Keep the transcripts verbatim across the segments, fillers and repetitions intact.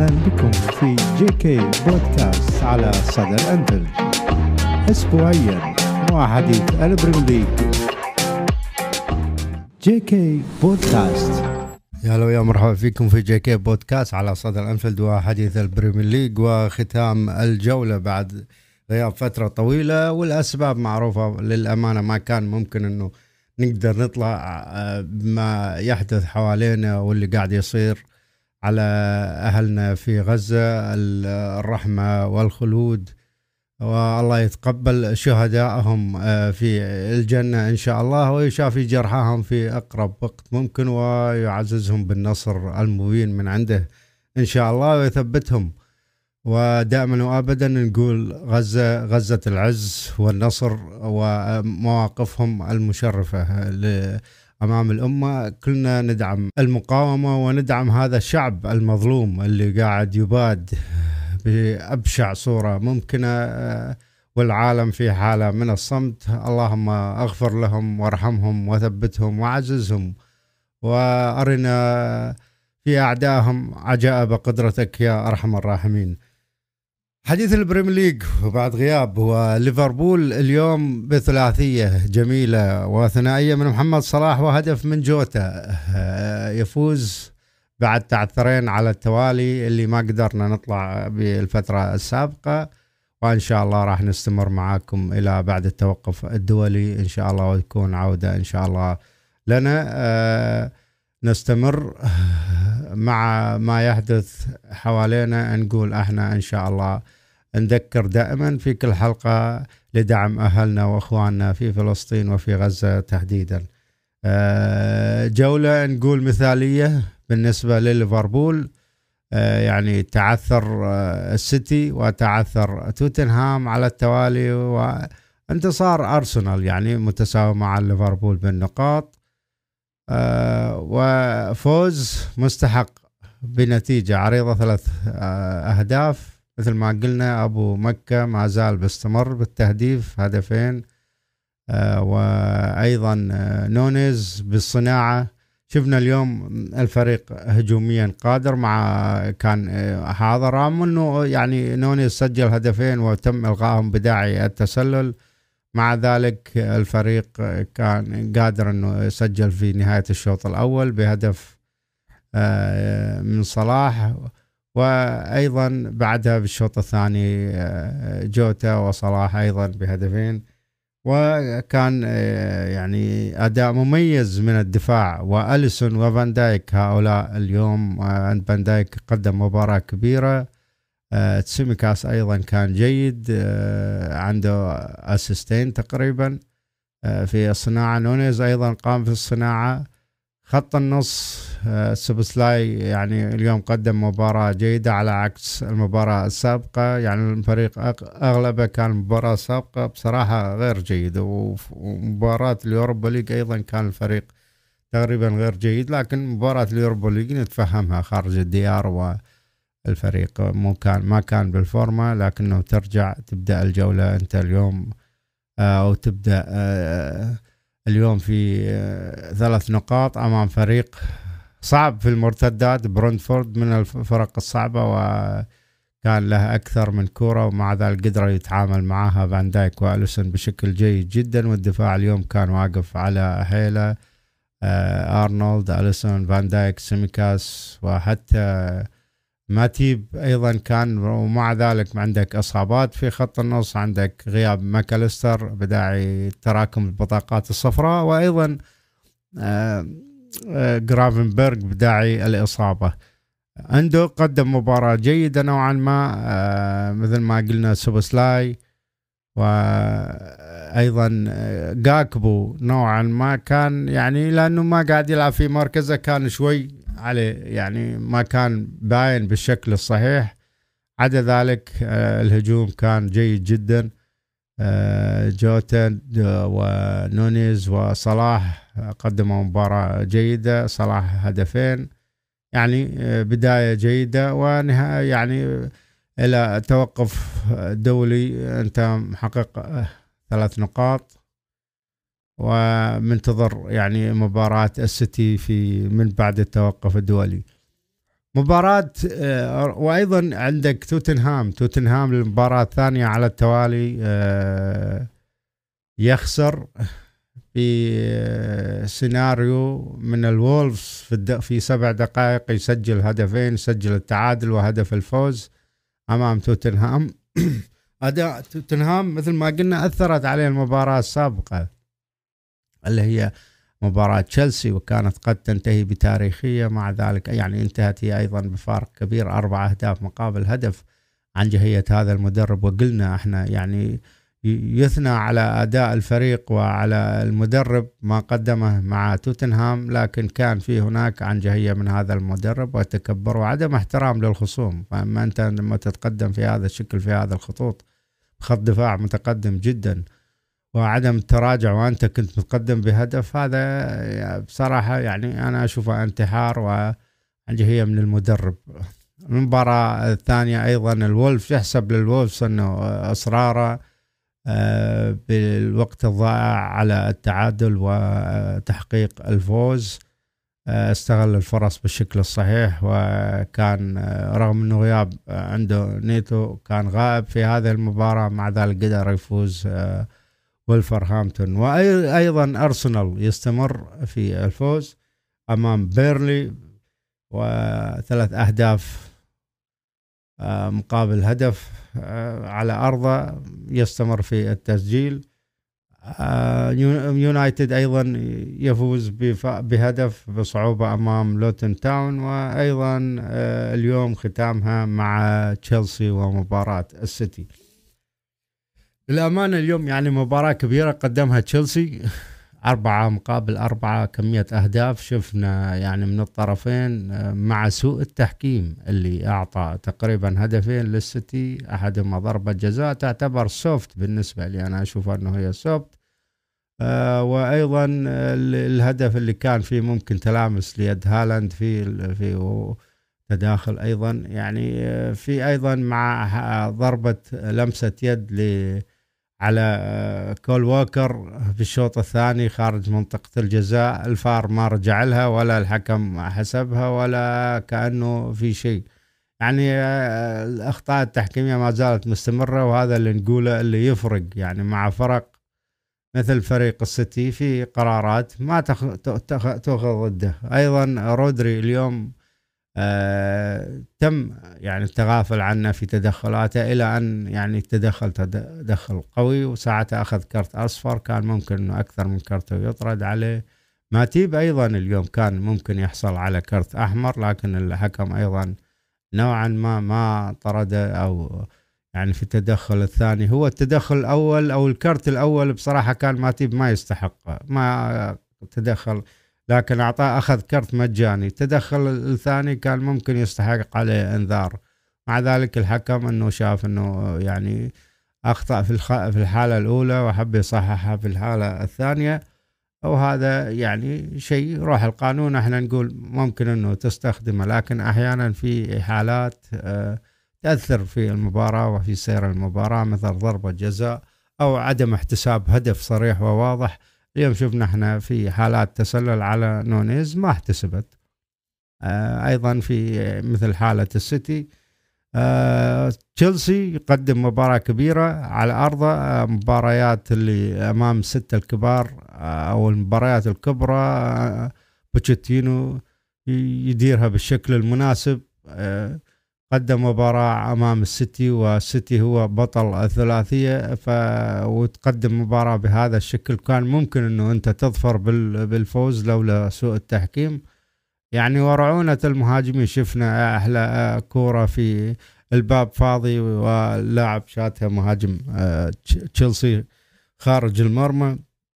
بكم في جي كي بودكاست على صدى الأنفيلد، أسبوعيا مع حديث البريمير ليج. جي كي بودكاست. يا هلا ويا مرحبا فيكم في جي كي بودكاست على صدى الأنفيلد وحديث البريمير ليج وختام الجولة بعد غياب فترة طويلة، والأسباب معروفة للأمانة. ما كان ممكن أنه نقدر نطلع بما يحدث حوالينا واللي قاعد يصير على أهلنا في غزة. الرحمة والخلود، والله يتقبل شهدائهم في الجنة إن شاء الله، ويشافي جرحاهم في أقرب وقت ممكن، ويعززهم بالنصر المبين من عنده إن شاء الله، ويثبتهم. ودائما وأبدا نقول غزة غزة العز والنصر، ومواقفهم المشرفة أمام الأمة. كلنا ندعم المقاومة وندعم هذا الشعب المظلوم اللي قاعد يباد بأبشع صورة ممكنة، والعالم في حالة من الصمت. اللهم اغفر لهم وارحمهم وثبتهم وعززهم، وأرنا في أعدائهم عجائب قدرتك يا أرحم الراحمين. حديث البريمير ليج وبعد غياب هو ليفربول اليوم بثلاثية جميلة وثنائية من محمد صلاح وهدف من جوتا، يفوز بعد تعثرين على التوالي اللي ما قدرنا نطلع بالفترة السابقة. وإن شاء الله راح نستمر معاكم إلى بعد التوقف الدولي إن شاء الله، وتكون عودة إن شاء الله لنا. نستمر مع ما يحدث حوالينا، نقول احنا ان شاء الله نذكر دائما في كل حلقة لدعم اهلنا واخواننا في فلسطين وفي غزة تحديدا. جولة نقول مثالية بالنسبة لليفربول، يعني تعثر السيتي وتعثر توتنهام على التوالي، وانتصار أرسنال يعني متساوي مع ليفربول بالنقاط، آه وفوز مستحق بنتيجة عريضة ثلاث آه أهداف. مثل ما قلنا أبو مكة ما زال بيستمر بالتهديف هدفين، آه وأيضا آه نونيز بالصناعة. شفنا اليوم الفريق هجوميا قادر، مع كان آه هذا رغم أنه يعني نونيز سجل هدفين وتم إلغائهم بداعي التسلل، مع ذلك الفريق كان قادر أنه يسجل في نهاية الشوط الأول بهدف من صلاح، وأيضا بعدها بالشوط الثاني جوتا وصلاح أيضا بهدفين. وكان يعني أداء مميز من الدفاع، وأليسون وفان دايك هؤلاء اليوم. فان دايك قدم مباراة كبيرة. آه، تسيميكاس أيضا كان جيد، آه، عنده أسيستين تقريبا آه، في الصناعة. نونيز أيضا قام في الصناعة. خط النص آه، سوبوسلاي يعني اليوم قدم مباراة جيدة على عكس المباراة السابقة. يعني الفريق أغلبه كان مباراة سابقة بصراحة غير جيدة، ومباراة اليوروبا ليج أيضا كان الفريق تقريبا غير جيد، لكن مباراة اليوروبا ليج نتفهمها خارج الديار، و الفريق مو كان ما كان بالفورمة، لكنه ترجع تبدأ الجولة أنت اليوم أو تبدأ اليوم في ثلاث نقاط أمام فريق صعب في المرتدات، برونتفورد من الفرق الصعبة، وكان له أكثر من كرة، ومع ذلك قدر يتعامل معها فان دايك وأليسون بشكل جيد جدا. والدفاع اليوم كان واقف على حيلة، أرنولد، أليسون، فان دايك، سيميكاس، وحتى ماتيب أيضا كان. ومع ذلك عندك إصابات في خط النص، عندك غياب ماكاليستر بداعي تراكم البطاقات الصفراء، وأيضا غرافنبرغ بداعي الإصابة. عنده قدم مباراة جيدة نوعا ما، مثل ما قلنا سوبوسلاي، وأيضا جاكبو نوعا ما كان يعني لأنه ما قاعد يلعب في مركزه كان شوي عليه، يعني ما كان باين بالشكل الصحيح. عدا ذلك الهجوم كان جيد جدا، جوتا ونونيز وصلاح قدموا مباراة جيدة. صلاح هدفين، يعني بداية جيدة ونهاية، يعني إلى توقف دولي أنت محقق ثلاث نقاط، ومنتظر يعني مباراة السيتي في من بعد التوقف الدولي. مباراة آه، وأيضا عندك توتنهام توتنهام المباراة الثانية على التوالي آه، يخسر في آه، سيناريو من الوولفز في, في سبع دقائق يسجل هدفين، يسجل التعادل وهدف الفوز أمام توتنهام. أداء توتنهام مثل ما قلنا أثرت عليه المباراة السابقة اللي هي مباراة تشيلسي، وكانت قد تنتهي بتاريخية، مع ذلك يعني انتهت هي أيضا بفارق كبير أربع أهداف مقابل هدف عن جهية هذا المدرب. وقلنا احنا يعني يثنى على أداء الفريق وعلى المدرب ما قدمه مع توتنهام، لكن كان في هناك عن جهية من هذا المدرب وتكبر وعدم احترام للخصوم. فأما أنت لما تتقدم في هذا الشكل في هذا الخطوط خط دفاع متقدم جدا وعدم التراجع وأنت كنت متقدم بهدف، هذا بصراحة يعني أنا أشوفه انتحار وعن جهية من المدرب. المباراة الثانية أيضا الولف، يحسب للولف أنه إصراره بالوقت الضائع على التعادل وتحقيق الفوز، استغل الفرص بالشكل الصحيح، وكان رغم أنه غياب عنده نيتو كان غائب في هذه المباراة، مع ذلك قدر يفوز ولفرهامبتون. وأيضا أرسنال يستمر في الفوز أمام بيرلي وثلاث أهداف مقابل هدف على أرضه، يستمر في التسجيل. يونايتد أيضا يفوز بهدف بصعوبة أمام لوتن تاون. وأيضا اليوم ختامها مع تشيلسي ومباراة السيتي. للأمانة اليوم يعني مباراة كبيرة قدمها تشيلسي، أربعة مقابل أربعة، كمية أهداف شفنا يعني من الطرفين، مع سوء التحكيم اللي أعطى تقريبا هدفين للسيتي، أحدهما ضربة جزاء تعتبر سوفت بالنسبة لي، أنا أشوف أنه هي سوفت. آه وأيضا الهدف اللي كان فيه ممكن تلامس ليد هالاند في في تداخل أيضا، يعني في أيضا مع ضربة لمسة يد ل على كول ووكر في الشوط الثاني خارج منطقة الجزاء، الفار ما رجع لها ولا الحكم حسبها ولا كأنه في شيء. يعني الأخطاء التحكيمية ما زالت مستمرة، وهذا اللي نقوله اللي يفرق يعني مع فرق مثل فريق السيتي في قرارات ما تأخذ ضده. أيضا رودري اليوم آه تم يعني التغافل عنه في تدخلاته، إلى أن يعني تدخل تدخل قوي وساعتها أخذ كرت أصفر، كان ممكن أنه أكثر من كرت يطرد عليه. ماتيب أيضا اليوم كان ممكن يحصل على كرت أحمر، لكن الحكم أيضا نوعا ما ما طرده، أو يعني في التدخل الثاني هو التدخل الأول أو الكرت الأول بصراحة كان ماتيب ما يستحق ما تدخل، لكن أعطاه أخذ كرت مجاني. تدخل الثاني كان ممكن يستحق عليه إنذار، مع ذلك الحكم أنه شاف أنه يعني أخطأ في في الحالة الأولى وحب يصححها في الحالة الثانية، وهذا يعني شيء روح القانون احنا نقول ممكن أنه تستخدمه، لكن أحيانا في حالات تأثر في المباراة وفي سير المباراة مثل ضربة جزاء أو عدم احتساب هدف صريح وواضح. اليوم شفنا احنا في حالات تسلل على نونيز ما احتسبت. آه ايضا في مثل حالة السيتي. آه تشيلسي يقدم مباراة كبيرة على أرضه، آه مباريات اللي أمام ستة الكبار آه أو المباريات الكبرى آه بوتشيتينو يديرها بالشكل المناسب. آه قدم مباراة أمام السيتي والسيتي هو بطل الثلاثية، ف... وتقدم مباراة بهذا الشكل كان ممكن أنه أنت تظفر بال... بالفوز لولا سوء التحكيم. يعني ورعونة المهاجمين، شفنا أحلى كورة في الباب فاضي واللاعب شاتها مهاجم تشيلسي خارج المرمى.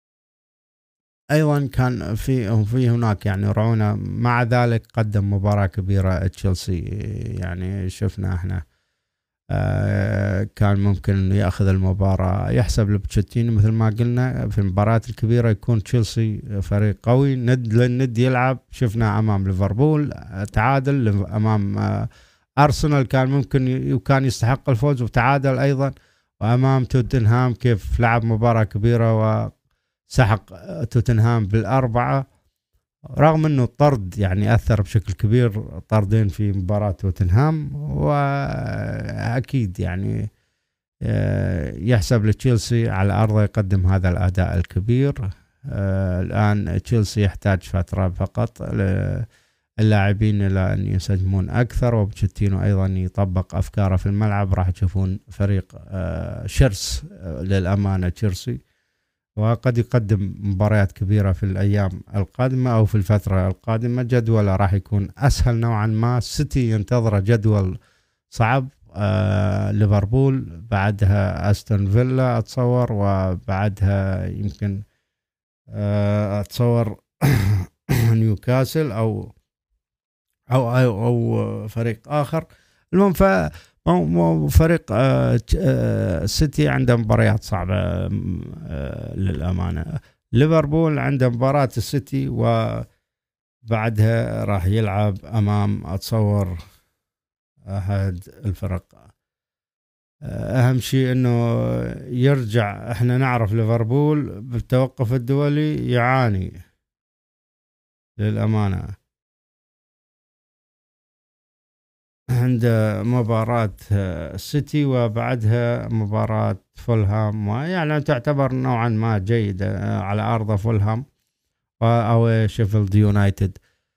أيضا كان في في هناك يعني رعونة، مع ذلك قدم مباراة كبيرة تشيلسي. يعني شفنا احنا آه كان ممكن يأخذ المباراة، يحسب لبوتشيتينو مثل ما قلنا في المباريات الكبيرة يكون تشيلسي فريق قوي ند للند يلعب. شفنا أمام ليفربول تعادل، أمام آه أرسنال كان ممكن وكان يستحق الفوز وتعادل أيضا، وأمام توتنهام كيف لعب مباراة كبيرة و سحق توتنهام بالأربعة. رغم انه الطرد يعني اثر بشكل كبير، طردين في مباراة توتنهام، واكيد يعني يحسب لتشيلسي على ارضه يقدم هذا الاداء الكبير. الان تشيلسي يحتاج فترة فقط اللاعبين الى ان ينسجمون اكثر، وبوتشيتينو ايضا يطبق افكاره في الملعب. راح تشوفون فريق شرس للامانه تشيلسي، وقد يقدم مباريات كبيره في الايام القادمه او في الفتره القادمه. جدوله راح يكون اسهل نوعا ما. السيتي ينتظر جدول صعب، آه ليفربول، بعدها استون فيلا اتصور، وبعدها يمكن آه اتصور نيوكاسل او أو, أو أو فريق آخر. المهم فريق السيتي عنده مباريات صعبة للأمانة. ليفربول عنده مباراة السيتي، وبعدها راح يلعب أمام أتصور أحد الفرق. أهم شيء أنه يرجع. احنا نعرف ليفربول بالتوقف الدولي يعاني للأمانة. عنده مباراة السيتي وبعدها مباراة فولهام، يعني تعتبر نوعا ما جيدة على أرض فولهام أو شيفيلد يونايتد.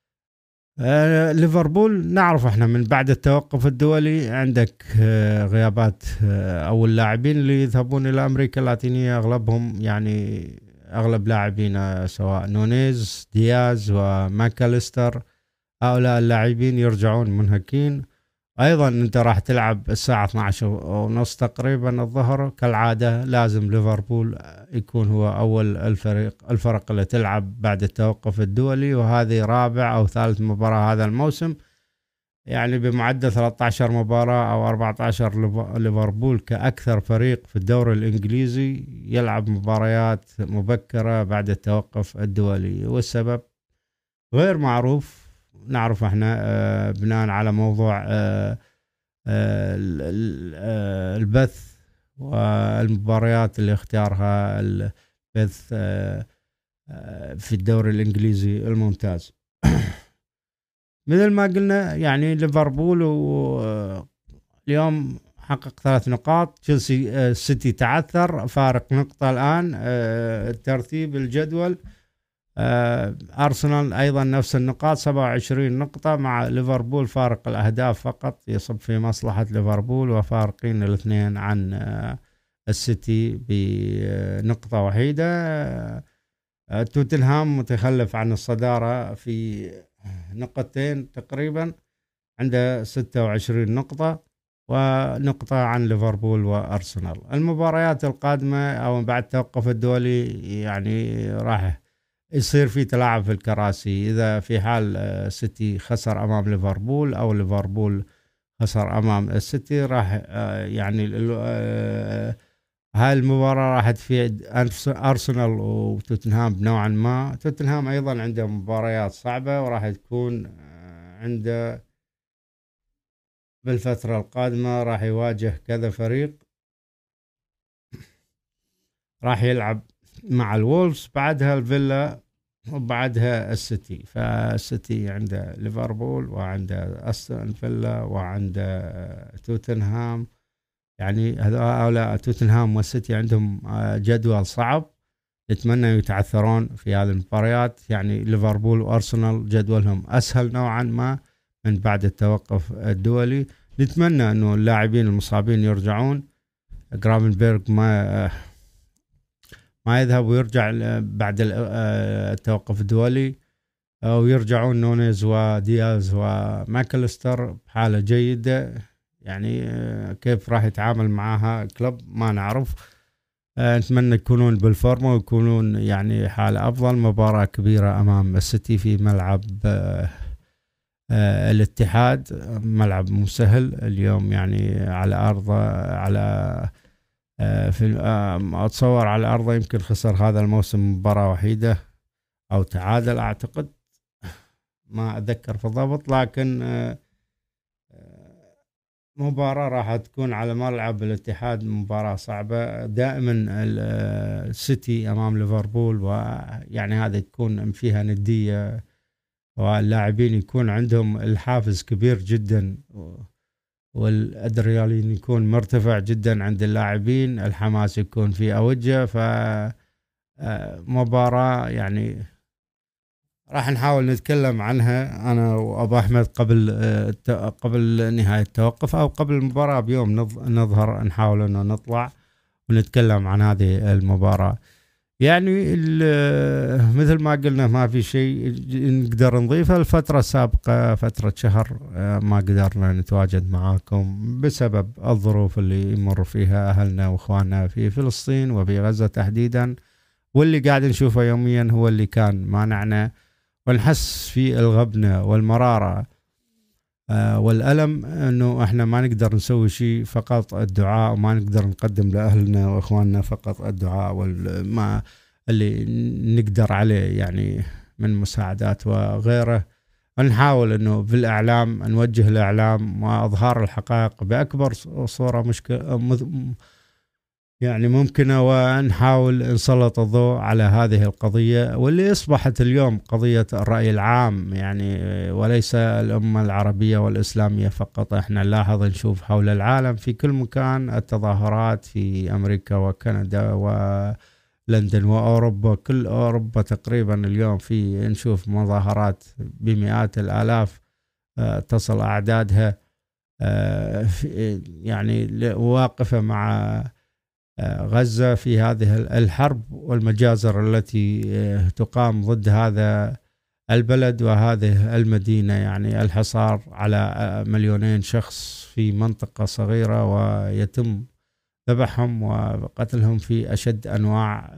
ليفربول نعرف احنا من بعد التوقف الدولي عندك غيابات أو اللاعبين اللي يذهبون إلى أمريكا اللاتينية أغلبهم، يعني أغلب لاعبين سواء نونيز، دياز وماكاليستر، هؤلاء اللاعبين يرجعون منهكين. ايضا انت راح تلعب الساعة اثني عشر ونص تقريبا الظهر كالعادة. لازم ليفربول يكون هو اول الفريق الفرق اللي تلعب بعد التوقف الدولي، وهذه رابع او ثالث مباراة هذا الموسم، يعني بمعدل ثلاثة عشر مباراة او أربعة عشر. ليفربول كأكثر فريق في الدوري الانجليزي يلعب مباريات مبكرة بعد التوقف الدولي، والسبب غير معروف. نعرف احنا آه بناء على موضوع آه آه البث والمباريات اللي اختارها البث آه آه في الدوري الانجليزي الممتاز. مثل ما قلنا يعني ليفربول اليوم حقق ثلاث نقاط. تشيلسي آه السيتي تعثر فارق نقطة الآن. آه الترتيب الجدول آه أرسنال أيضا نفس النقاط سبعة وعشرين نقطة، مع ليفربول فارق الأهداف فقط يصب في مصلحة ليفربول، وفارقين الاثنين عن آه السيتي بنقطة وحيدة. آه توتنهام متخلف عن الصدارة في نقطتين تقريبا، عنده ستة وعشرين نقطة ونقطة عن ليفربول وأرسنال. المباريات القادمة أو بعد توقف الدولي يعني راح يصير في تلاعب في الكراسي. إذا في حال السيتي خسر أمام ليفربول أو ليفربول خسر أمام السيتي، راح يعني هاي المباراة راح تفيد أرسنال وتوتنهام نوعا ما. توتنهام أيضا عنده مباريات صعبة، وراح تكون عنده بالفترة القادمة راح يواجه كذا فريق. راح يلعب مع الوولفز، بعدها الفيلا، وبعدها السيتي. فالسيتي عنده ليفربول وعنده أستون فيلا وعنده توتنهام. يعني هؤلاء توتنهام والسيتي عندهم جدول صعب، نتمنى يتعثرون في هذه المباريات. يعني ليفربول وأرسنال جدولهم أسهل نوعا ما من بعد التوقف الدولي. نتمنى أنه اللاعبين المصابين يرجعون. غرافنبرغ ما ما يذهب ويرجع بعد التوقف الدولي، ويرجعون نونيز ودياز وماكاليستر بحالة جيدة. يعني كيف راح يتعامل معها كلوب ما نعرف. نتمنى يكونون بالفورمة ويكونون يعني حالة أفضل. مباراة كبيرة أمام السيتي في ملعب الاتحاد، ملعب مسهل اليوم، يعني على أرضه على في أتصور على أرضه يمكن خسر هذا الموسم مباراة وحيدة أو تعادل أعتقد، ما أتذكر في الضبط. لكن مباراة راح تكون على ملعب الاتحاد مباراة صعبة. دائما السيتي أمام ليفربول، ويعني هذا تكون فيها ندية واللاعبين يكون عندهم الحافز كبير جدا، والادرينالين يكون مرتفع جدا عند اللاعبين، الحماس يكون في اوجه. ف مباراة يعني راح نحاول نتكلم عنها انا وابو احمد قبل قبل نهاية التوقف او قبل المباراة بيوم نظهر، نحاول انه نطلع ونتكلم عن هذه المباراة. يعني مثل ما قلنا ما في شيء نقدر نضيفه. الفترة السابقة فترة شهر ما قدرنا نتواجد معاكم بسبب الظروف اللي يمر فيها أهلنا وإخواننا في فلسطين وفي غزة تحديدا، واللي قاعد نشوفه يوميا هو اللي كان مانعنا ونحس في الغبنة والمرارة والألم أنه إحنا ما نقدر نسوي شيء، فقط الدعاء، وما نقدر نقدم لأهلنا وإخواننا فقط الدعاء والما اللي نقدر عليه يعني من مساعدات وغيره. ونحاول أنه بالإعلام نوجه الإعلام وإظهار الحقائق بأكبر صورة مشكلة يعني ممكنة، ونحاول نسلط الضوء على هذه القضية واللي أصبحت اليوم قضية الرأي العام يعني، وليس الأمة العربية والإسلامية فقط. احنا نلاحظ نشوف حول العالم في كل مكان التظاهرات في أمريكا وكندا ولندن وأوروبا، كل أوروبا تقريبا اليوم في نشوف مظاهرات بمئات الآلاف تصل أعدادها يعني واقفة مع غزة في هذه الحرب والمجازر التي تقام ضد هذا البلد وهذه المدينة. يعني الحصار على مليونين شخص في منطقة صغيرة ويتم ذبحهم وقتلهم في أشد أنواع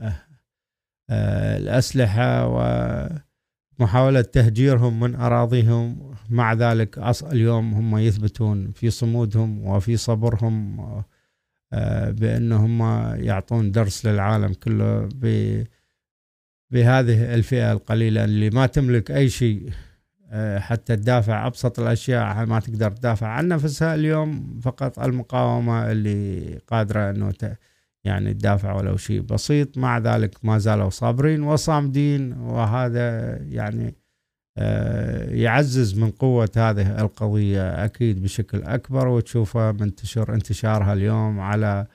الأسلحة ومحاولة تهجيرهم من أراضيهم. مع ذلك اليوم هم يثبتون في صمودهم وفي صبرهم بأنهم يعطون درس للعالم كله بهذه الفئة القليلة اللي ما تملك أي شيء حتى تدافع أبسط الأشياء، ما تقدر تدافع عن نفسها اليوم، فقط المقاومة اللي قادرة أنه يعني تدافع ولو شيء بسيط. مع ذلك ما زالوا صابرين وصامدين، وهذا يعني يعزز من قوة هذه القضية أكيد بشكل أكبر، وتشوفها منتشر انتشارها اليوم على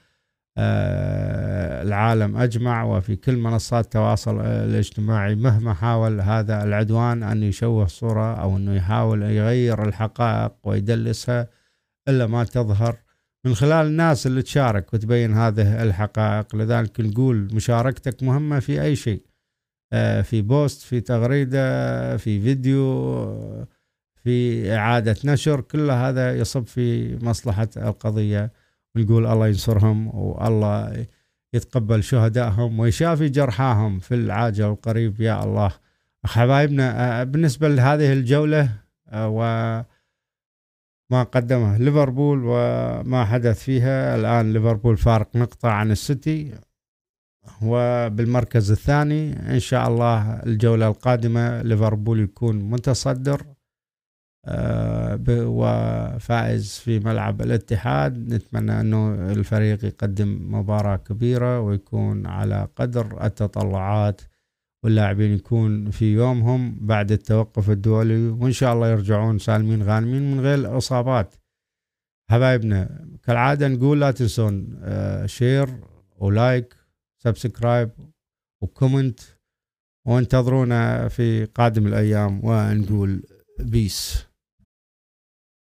العالم أجمع وفي كل منصات التواصل الاجتماعي. مهما حاول هذا العدوان أن يشوه صورة أو أنه يحاول يغير الحقائق ويدلسها، إلا ما تظهر من خلال الناس اللي تشارك وتبين هذه الحقائق. لذلك نقول مشاركتك مهمة في أي شيء، في بوست، في تغريدة، في فيديو، في إعادة نشر، كل هذا يصب في مصلحة القضية. ونقول الله ينصرهم والله يتقبل شهدائهم ويشافي جرحاهم في العاجل القريب يا الله. حبايبنا بالنسبة لهذه الجولة وما قدمه ليفربول وما حدث فيها، الآن ليفربول فارق نقطة عن السيتي وبالمركز الثاني. إن شاء الله الجولة القادمة ليفربول يكون متصدر وفائز في ملعب الاتحاد. نتمنى أنه الفريق يقدم مباراة كبيرة ويكون على قدر التطلعات، واللاعبين يكون في يومهم بعد التوقف الدولي، وإن شاء الله يرجعون سالمين غانمين من غير إصابات. حبايبنا كالعادة نقول لا تنسون شير ولايك سبسكرايب وكومنت، وانتظرونا في قادم الأيام، ونقول بيس.